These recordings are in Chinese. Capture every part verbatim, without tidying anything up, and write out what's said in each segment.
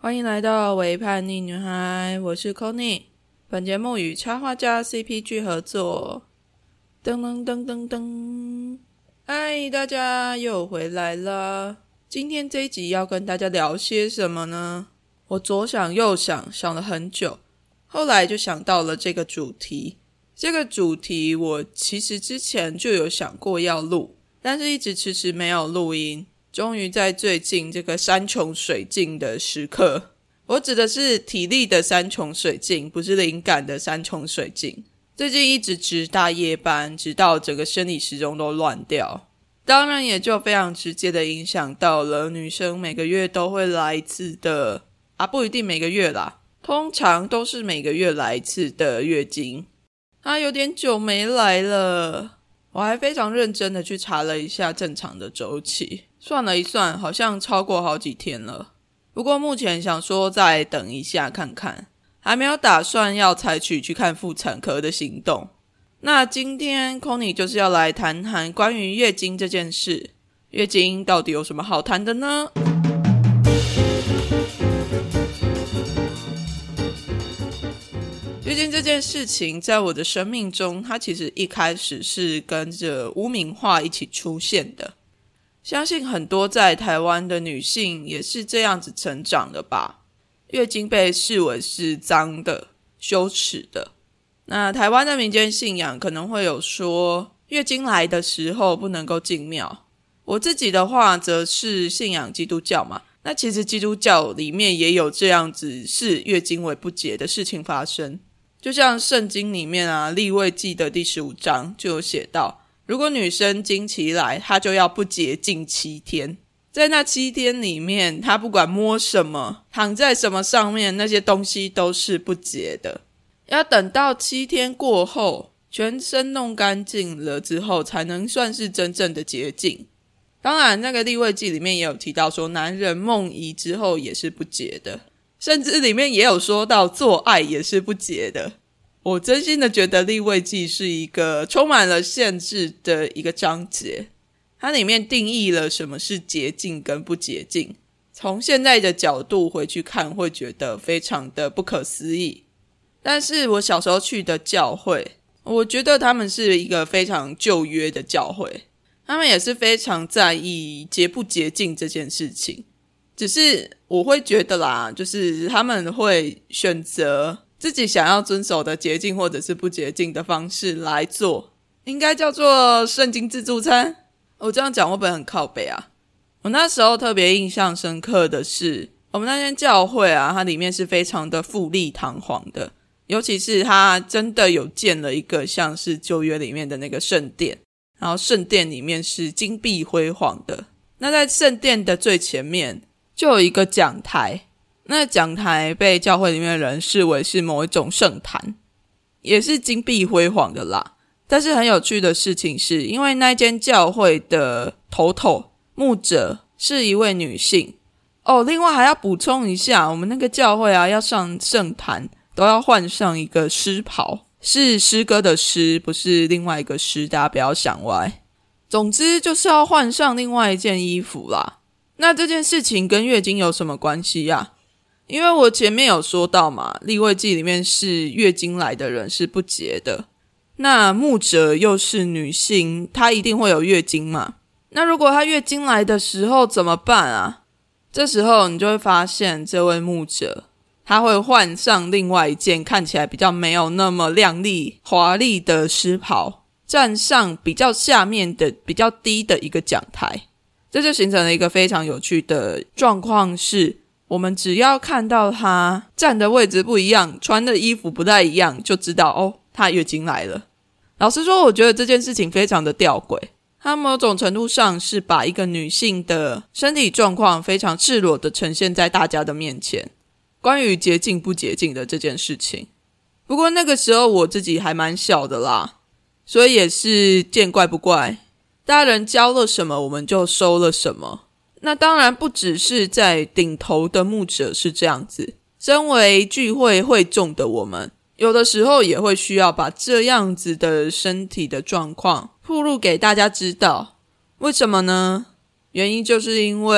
欢迎来到微叛逆女孩，我是 Connie。 本节目与插画家 C P G 合作。噔噔噔噔噔，嗨，大家又回来了。今天这一集要跟大家聊些什么呢？我左想右想，想了很久，后来就想到了这个主题。这个主题我其实之前就有想过要录，但是一直迟迟没有录音。终于在最近这个山穷水尽的时刻，我指的是体力的山穷水尽，不是灵感的山穷水尽。最近一直值大夜班，直到整个生理时钟都乱掉，当然也就非常直接的影响到了女生每个月都会来一次的啊，不一定每个月啦，通常都是每个月来一次的月经。它有点久没来了，我还非常认真的去查了一下正常的周期，算了一算，好像超过好几天了。不过目前想说再等一下看看，还没有打算要采取去看妇产科的行动。那今天 Connie 就是要来谈谈关于月经这件事。月经到底有什么好谈的呢？月经这件事情在我的生命中，它其实一开始是跟着污名化一起出现的。相信很多在台湾的女性也是这样子成长的吧。月经被视为是脏的、羞耻的。那台湾的民间信仰可能会有说，月经来的时候不能够进庙。我自己的话则是信仰基督教嘛，那其实基督教里面也有这样子视月经为不洁的事情发生。就像圣经里面啊，利未记的第十五章就有写到，如果女生经期来，她就要不洁净七天。在那七天里面，她不管摸什么，躺在什么上面，那些东西都是不洁的。要等到七天过后，全身弄干净了之后，才能算是真正的洁净。当然，那个利未记里面也有提到说，男人梦遗之后也是不洁的。甚至里面也有说到做爱也是不洁的。我真心的觉得利未记是一个充满了限制的一个章节，它里面定义了什么是洁净跟不洁净，从现在的角度回去看会觉得非常的不可思议。但是我小时候去的教会，我觉得他们是一个非常旧约的教会，他们也是非常在意洁不洁净这件事情。只是我会觉得啦，就是他们会选择自己想要遵守的洁净或者是不洁净的方式来做，应该叫做圣经自助餐。我这样讲会不会很靠北啊？我那时候特别印象深刻的是，我们那间教会啊，它里面是非常的富丽堂皇的，尤其是它真的有建了一个像是旧约里面的那个圣殿，然后圣殿里面是金碧辉煌的。那在圣殿的最前面就有一个讲台，那讲台被教会里面的人视为是某一种圣坛，也是金碧辉煌的啦。但是很有趣的事情是，因为那间教会的头头牧者是一位女性哦。另外还要补充一下，我们那个教会啊，要上圣坛都要换上一个诗袍，是诗歌的诗，不是另外一个诗，大家不要想歪。总之就是要换上另外一件衣服啦。那这件事情跟月经有什么关系啊？因为我前面有说到嘛，利未记里面是月经来的人是不洁的，那牧者又是女性，她一定会有月经嘛。那如果她月经来的时候怎么办啊？这时候你就会发现这位牧者他会换上另外一件看起来比较没有那么亮丽华丽的诗袍，站上比较下面的比较低的一个讲台。这就形成了一个非常有趣的状况，是我们只要看到他站的位置不一样，穿的衣服不太一样，就知道哦，他月经来了。老实说，我觉得这件事情非常的吊诡，它某种程度上是把一个女性的身体状况非常赤裸的呈现在大家的面前，关于洁净不洁净的这件事情。不过那个时候我自己还蛮小的啦，所以也是见怪不怪，大人教了什么我们就收了什么。那当然不只是在顶头的牧者是这样子，身为聚会会众的我们，有的时候也会需要把这样子的身体的状况暴露给大家知道。为什么呢？原因就是因为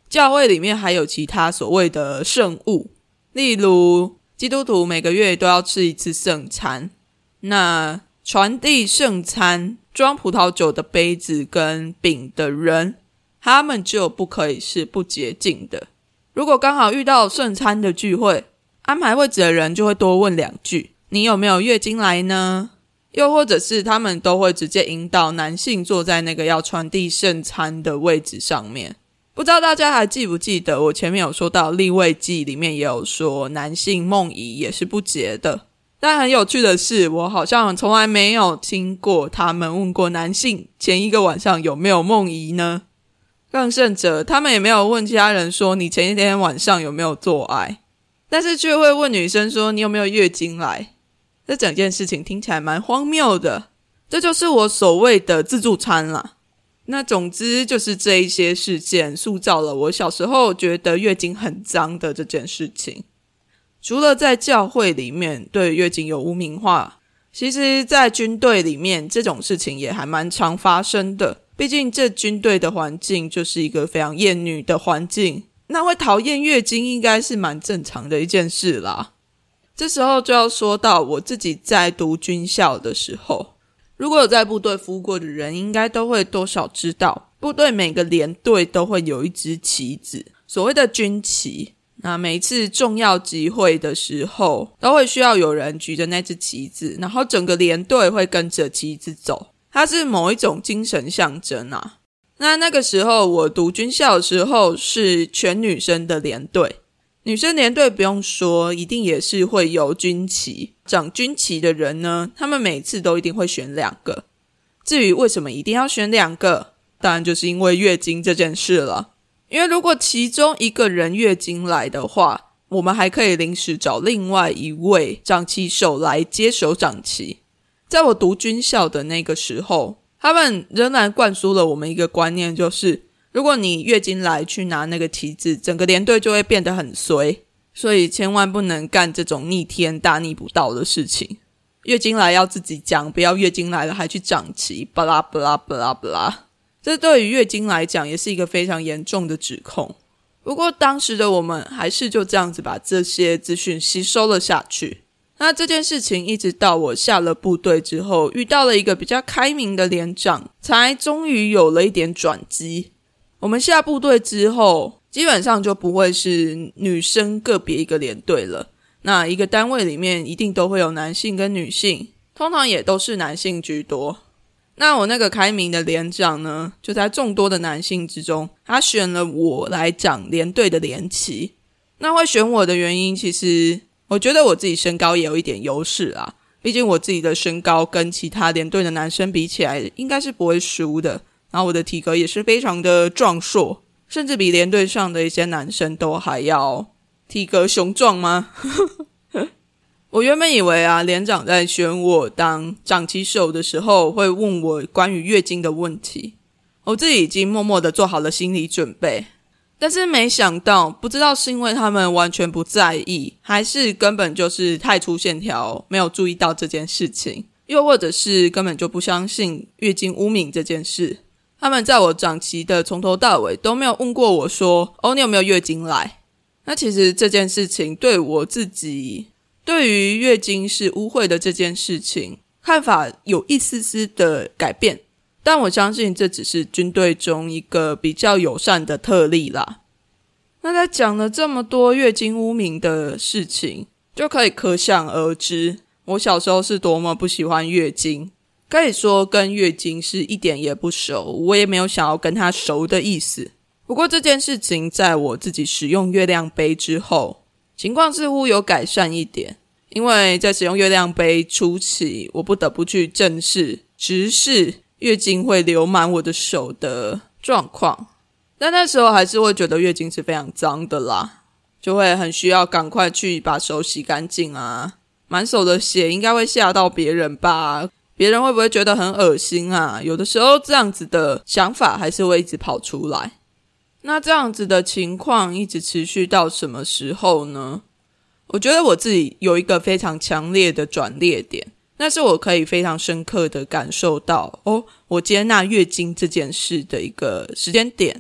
教会里面还有其他所谓的圣物，例如基督徒每个月都要吃一次圣餐，那传递圣餐装葡萄酒的杯子跟饼的人，他们就不可以是不洁净的。如果刚好遇到圣餐的聚会，安排位置的人就会多问两句，你有没有月经来呢？又或者是他们都会直接引导男性坐在那个要传递圣餐的位置上面。不知道大家还记不记得我前面有说到利未记里面也有说男性梦遗也是不洁的，但很有趣的是，我好像从来没有听过他们问过男性前一个晚上有没有梦遗呢。更甚者，他们也没有问其他人说你前一天晚上有没有做爱，但是却会问女生说你有没有月经来。这整件事情听起来蛮荒谬的，这就是我所谓的自助餐啦。那总之就是这一些事件塑造了我小时候觉得月经很脏的这件事情。除了在教会里面对月经有污名化，其实在军队里面这种事情也还蛮常发生的，毕竟这军队的环境就是一个非常厌女的环境，那会讨厌月经应该是蛮正常的一件事啦。这时候就要说到我自己在读军校的时候，如果有在部队服务过的人应该都会多少知道，部队每个连队都会有一支旗子，所谓的军旗。那每次重要集会的时候都会需要有人举着那支旗子，然后整个连队会跟着旗子走，它是某一种精神象征啊。那那个时候我读军校的时候是全女生的连队，女生连队不用说，一定也是会有军旗。掌军旗的人呢，他们每次都一定会选两个。至于为什么一定要选两个，当然就是因为月经这件事了。因为如果其中一个人月经来的话，我们还可以临时找另外一位掌旗手来接手掌旗。在我读军校的那个时候，他们仍然灌输了我们一个观念，就是如果你月经来去拿那个旗子，整个连队就会变得很衰，所以千万不能干这种逆天大逆不道的事情。月经来要自己讲，不要月经来了还去掌旗，巴拉巴拉巴拉巴拉。这对于月经来讲也是一个非常严重的指控。不过当时的我们还是就这样子把这些资讯吸收了下去。那这件事情一直到我下了部队之后，遇到了一个比较开明的连长，才终于有了一点转机。我们下部队之后，基本上就不会是女生个别一个连队了。那一个单位里面一定都会有男性跟女性，通常也都是男性居多。那我那个开明的连长呢，就在众多的男性之中，他选了我来掌连队的连旗。那会选我的原因，其实我觉得我自己身高也有一点优势啦，毕竟我自己的身高跟其他连队的男生比起来应该是不会输的，然后我的体格也是非常的壮硕，甚至比连队上的一些男生都还要体格雄壮吗？我原本以为啊，连长在选我当掌旗手的时候会问我关于月经的问题，我自己已经默默的做好了心理准备。但是没想到，不知道是因为他们完全不在意，还是根本就是太粗线条没有注意到这件事情，又或者是根本就不相信月经污名这件事。他们在我掌旗的从头到尾都没有问过我说，哦，你有没有月经来？那其实这件事情对我自己对于月经是污秽的这件事情看法有一丝丝的改变，但我相信这只是军队中一个比较友善的特例啦。那在讲了这么多月经污名的事情，就可以可想而知我小时候是多么不喜欢月经。可以说跟月经是一点也不熟，我也没有想要跟它熟的意思。不过这件事情在我自己使用月亮杯之后，情况似乎有改善一点。因为在使用月亮杯初期，我不得不去正视直视月经会流满我的手的状况，但那时候还是会觉得月经是非常脏的啦，就会很需要赶快去把手洗干净啊，满手的血应该会吓到别人吧，别人会不会觉得很恶心啊，有的时候这样子的想法还是会一直跑出来。那这样子的情况一直持续到什么时候呢？我觉得我自己有一个非常强烈的转捩点，那是我可以非常深刻的感受到，哦，我接纳月经这件事的一个时间点。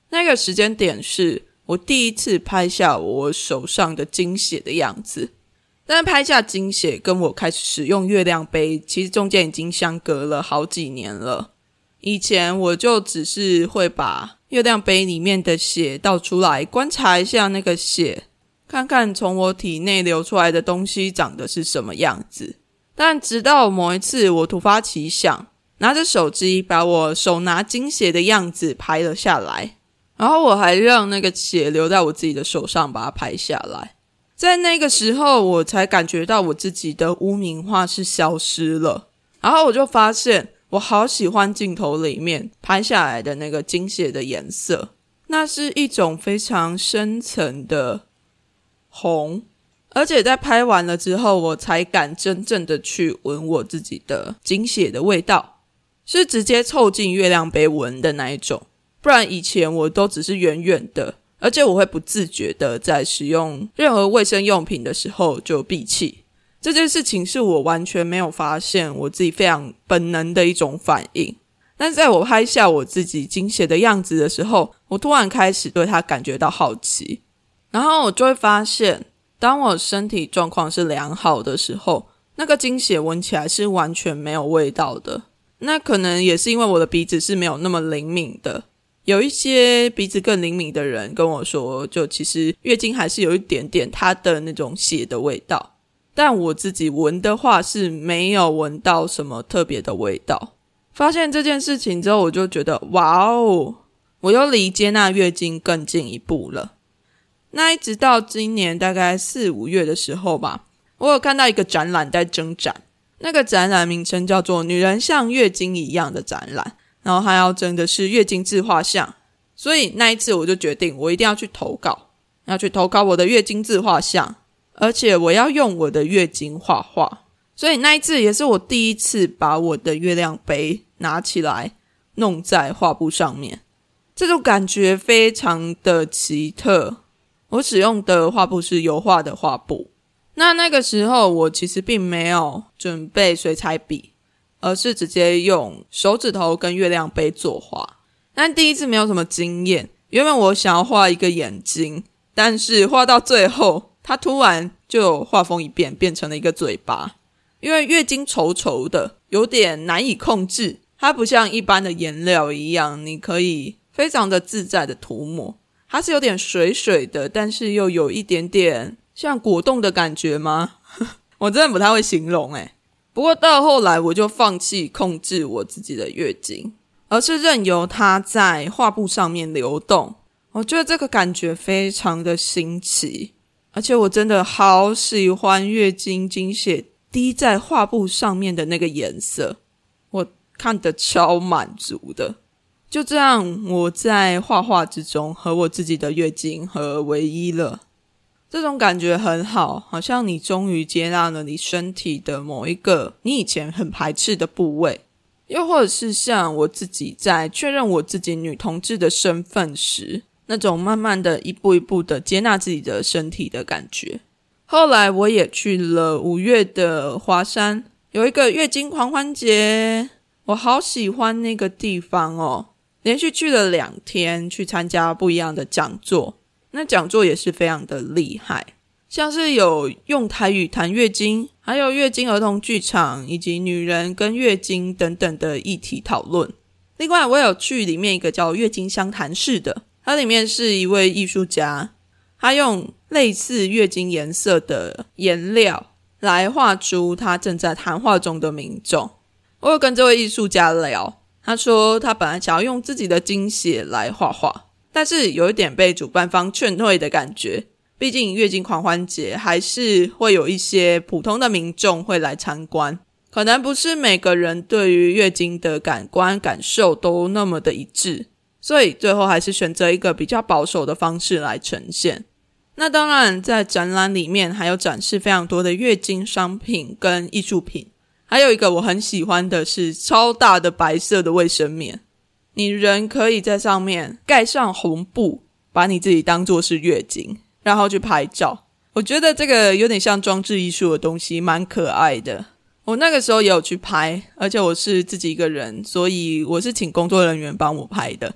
那个时间点是我第一次拍下我手上的经血的样子，但是拍下经血跟我开始使用月亮杯其实中间已经相隔了好几年了。以前我就只是会把月亮杯里面的血倒出来，观察一下那个血，看看从我体内流出来的东西长得是什么样子。但直到某一次我突发奇想，拿着手机把我手拿经血的样子拍了下来，然后我还让那个血留在我自己的手上把它拍下来。在那个时候我才感觉到我自己的污名化是消失了，然后我就发现我好喜欢镜头里面拍下来的那个经血的颜色，那是一种非常深层的红，而且在拍完了之后我才敢真正的去闻我自己的经血的味道，是直接凑近月亮杯闻的那一种，不然以前我都只是远远的，而且我会不自觉的在使用任何卫生用品的时候就闭气。这件事情是我完全没有发现，我自己非常本能的一种反应。但在我拍下我自己经血的样子的时候，我突然开始对它感觉到好奇，然后我就会发现，当我身体状况是良好的时候，那个经血闻起来是完全没有味道的。那可能也是因为我的鼻子是没有那么灵敏的，有一些鼻子更灵敏的人跟我说，就其实月经还是有一点点它的那种血的味道，但我自己闻的话是没有闻到什么特别的味道。发现这件事情之后，我就觉得哇哦，我又离接纳月经更进一步了。那一直到今年大概四五月的时候吧，我有看到一个展览在征展，那个展览名称叫做女人像月经一样的展览，然后它要征的是月经自画像，所以那一次我就决定我一定要去投稿，要去投稿我的月经自画像，而且我要用我的月经画画。所以那一次也是我第一次把我的月亮杯拿起来弄在画布上面，这种感觉非常的奇特。我使用的画布是油画的画布，那那个时候我其实并没有准备水彩笔，而是直接用手指头跟月亮杯作画。但第一次没有什么经验，原本我想要画一个眼睛，但是画到最后它突然就画风一变，变成了一个嘴巴。因为月经稠稠的，有点难以控制，它不像一般的颜料一样你可以非常的自在的涂抹，它是有点水水的，但是又有一点点像果冻的感觉吗？我真的不太会形容耶。不过到后来我就放弃控制我自己的月经，而是任由它在画布上面流动。我觉得这个感觉非常的新奇，而且我真的好喜欢月经经血滴在画布上面的那个颜色，我看得超满足的。就这样，我在画画之中和我自己的月经合为一了。这种感觉很好，好像你终于接纳了你身体的某一个你以前很排斥的部位，又或者是像我自己在确认我自己女同志的身份时，那种慢慢的一步一步的接纳自己的身体的感觉。后来我也去了五月的华山，有一个月经狂欢节，我好喜欢那个地方哦，连续去了两天去参加不一样的讲座，那讲座也是非常的厉害，像是有用台语谈月经，还有月经儿童剧场，以及女人跟月经等等的议题讨论。另外我有去里面一个叫月经相谈室的，它里面是一位艺术家，他用类似月经颜色的颜料来画出他正在谈话中的民众。我有跟这位艺术家聊，他说他本来想要用自己的经血来画画，但是有一点被主办方劝退的感觉，毕竟月经狂欢节还是会有一些普通的民众会来参观，可能不是每个人对于月经的感官感受都那么的一致，所以最后还是选择一个比较保守的方式来呈现。那当然在展览里面还有展示非常多的月经商品跟艺术品，还有一个我很喜欢的是超大的白色的卫生棉，你人可以在上面盖上红布，把你自己当作是月经，然后去拍照。我觉得这个有点像装置艺术的东西，蛮可爱的。我那个时候也有去拍，而且我是自己一个人，所以我是请工作人员帮我拍的。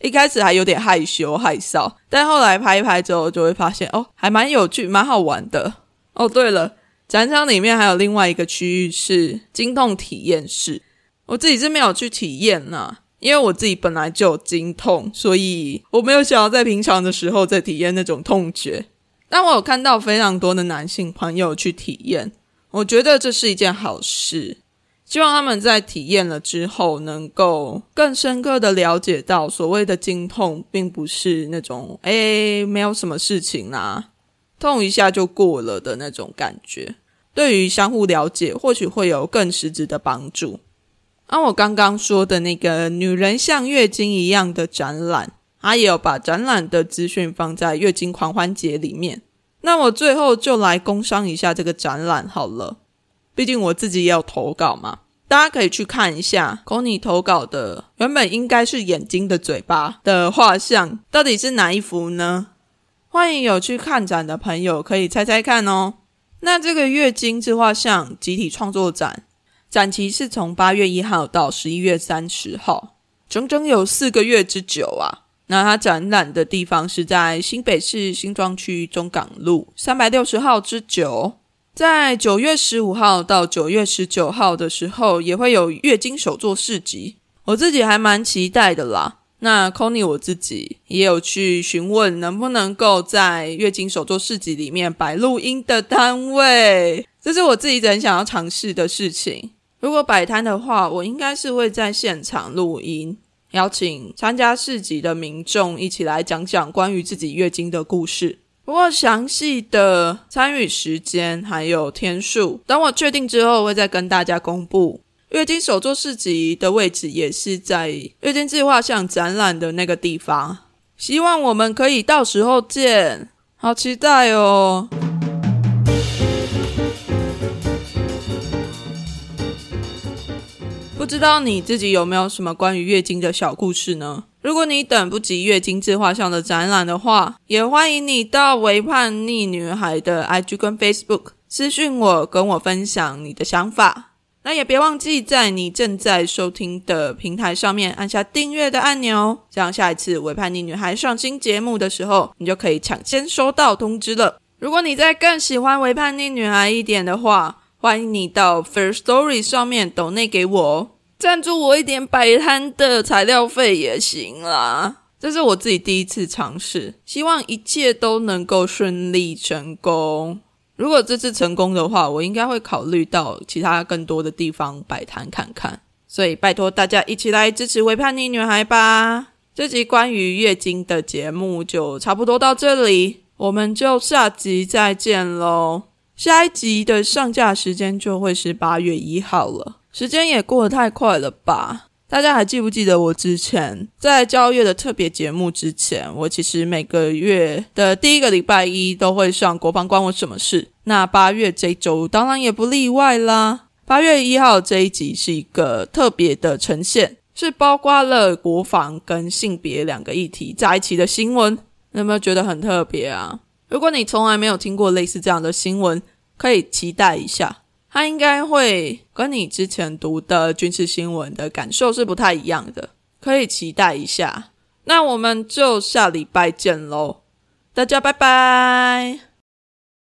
一开始还有点害羞害臊，但后来拍一拍之后就会发现哦，还蛮有趣蛮好玩的。哦对了，展场里面还有另外一个区域是经痛体验室，我自己是没有去体验啦，因为我自己本来就有经痛，所以我没有想要在平常的时候再体验那种痛觉。但我有看到非常多的男性朋友去体验，我觉得这是一件好事，希望他们在体验了之后能够更深刻的了解到所谓的经痛并不是那种诶没有什么事情啦，痛一下就过了的那种感觉，对于相互了解或许会有更实质的帮助。而、啊、我刚刚说的那个女人像月经一样的展览，他也有把展览的资讯放在月经狂欢节里面，那我最后就来工商一下这个展览好了，毕竟我自己也有投稿嘛，大家可以去看一下 Connie 投稿的原本应该是眼睛的嘴巴的画像到底是哪一幅呢？欢迎有去看展的朋友可以猜猜看哦。那这个月经自画像集体创作展，展期是从八月一号到十一月三十号，整整有四个月之久啊。那它展览的地方是在新北市新庄区中港路三百六十号之九，在九月十五号到九月十九号的时候也会有月经手作市集，我自己还蛮期待的啦。那 Connie 我自己也有去询问能不能够在月经手作市集里面摆录音的摊位，这是我自己很想要尝试的事情。如果摆摊的话，我应该是会在现场录音，邀请参加市集的民众一起来讲讲关于自己月经的故事。不过详细的参与时间还有天数，等我确定之后会再跟大家公布。月经手作市集的位置也是在月经自画像展览的那个地方，希望我们可以到时候见，好期待哦。不知道你自己有没有什么关于月经的小故事呢？如果你等不及月经自画像的展览的话，也欢迎你到微叛逆女孩的 I G 跟 Facebook 私讯我，跟我分享你的想法。那也别忘记在你正在收听的平台上面按下订阅的按钮，这样下一次微叛逆女孩上新节目的时候，你就可以抢先收到通知了。如果你再更喜欢微叛逆女孩一点的话，欢迎你到 First Story 上面抖内给我，赞助我一点摆摊的材料费也行啦。这是我自己第一次尝试，希望一切都能够顺利成功。如果这次成功的话，我应该会考虑到其他更多的地方摆摊看看，所以拜托大家一起来支持微叛逆女孩吧。这集关于月经的节目就差不多到这里，我们就下集再见咯。下一集的上架时间就会是八月一号了，时间也过得太快了吧。大家还记不记得我之前在交月的特别节目之前，我其实每个月的第一个礼拜一都会上国防关我什么事，那八月这一周当然也不例外啦。八月一号这一集是一个特别的呈现，是包括了国防跟性别两个议题在一起的新闻，有没有觉得很特别啊？如果你从来没有听过类似这样的新闻，可以期待一下，它应该会跟你之前读的军事新闻的感受是不太一样的，可以期待一下。那我们就下礼拜见咯，大家拜拜。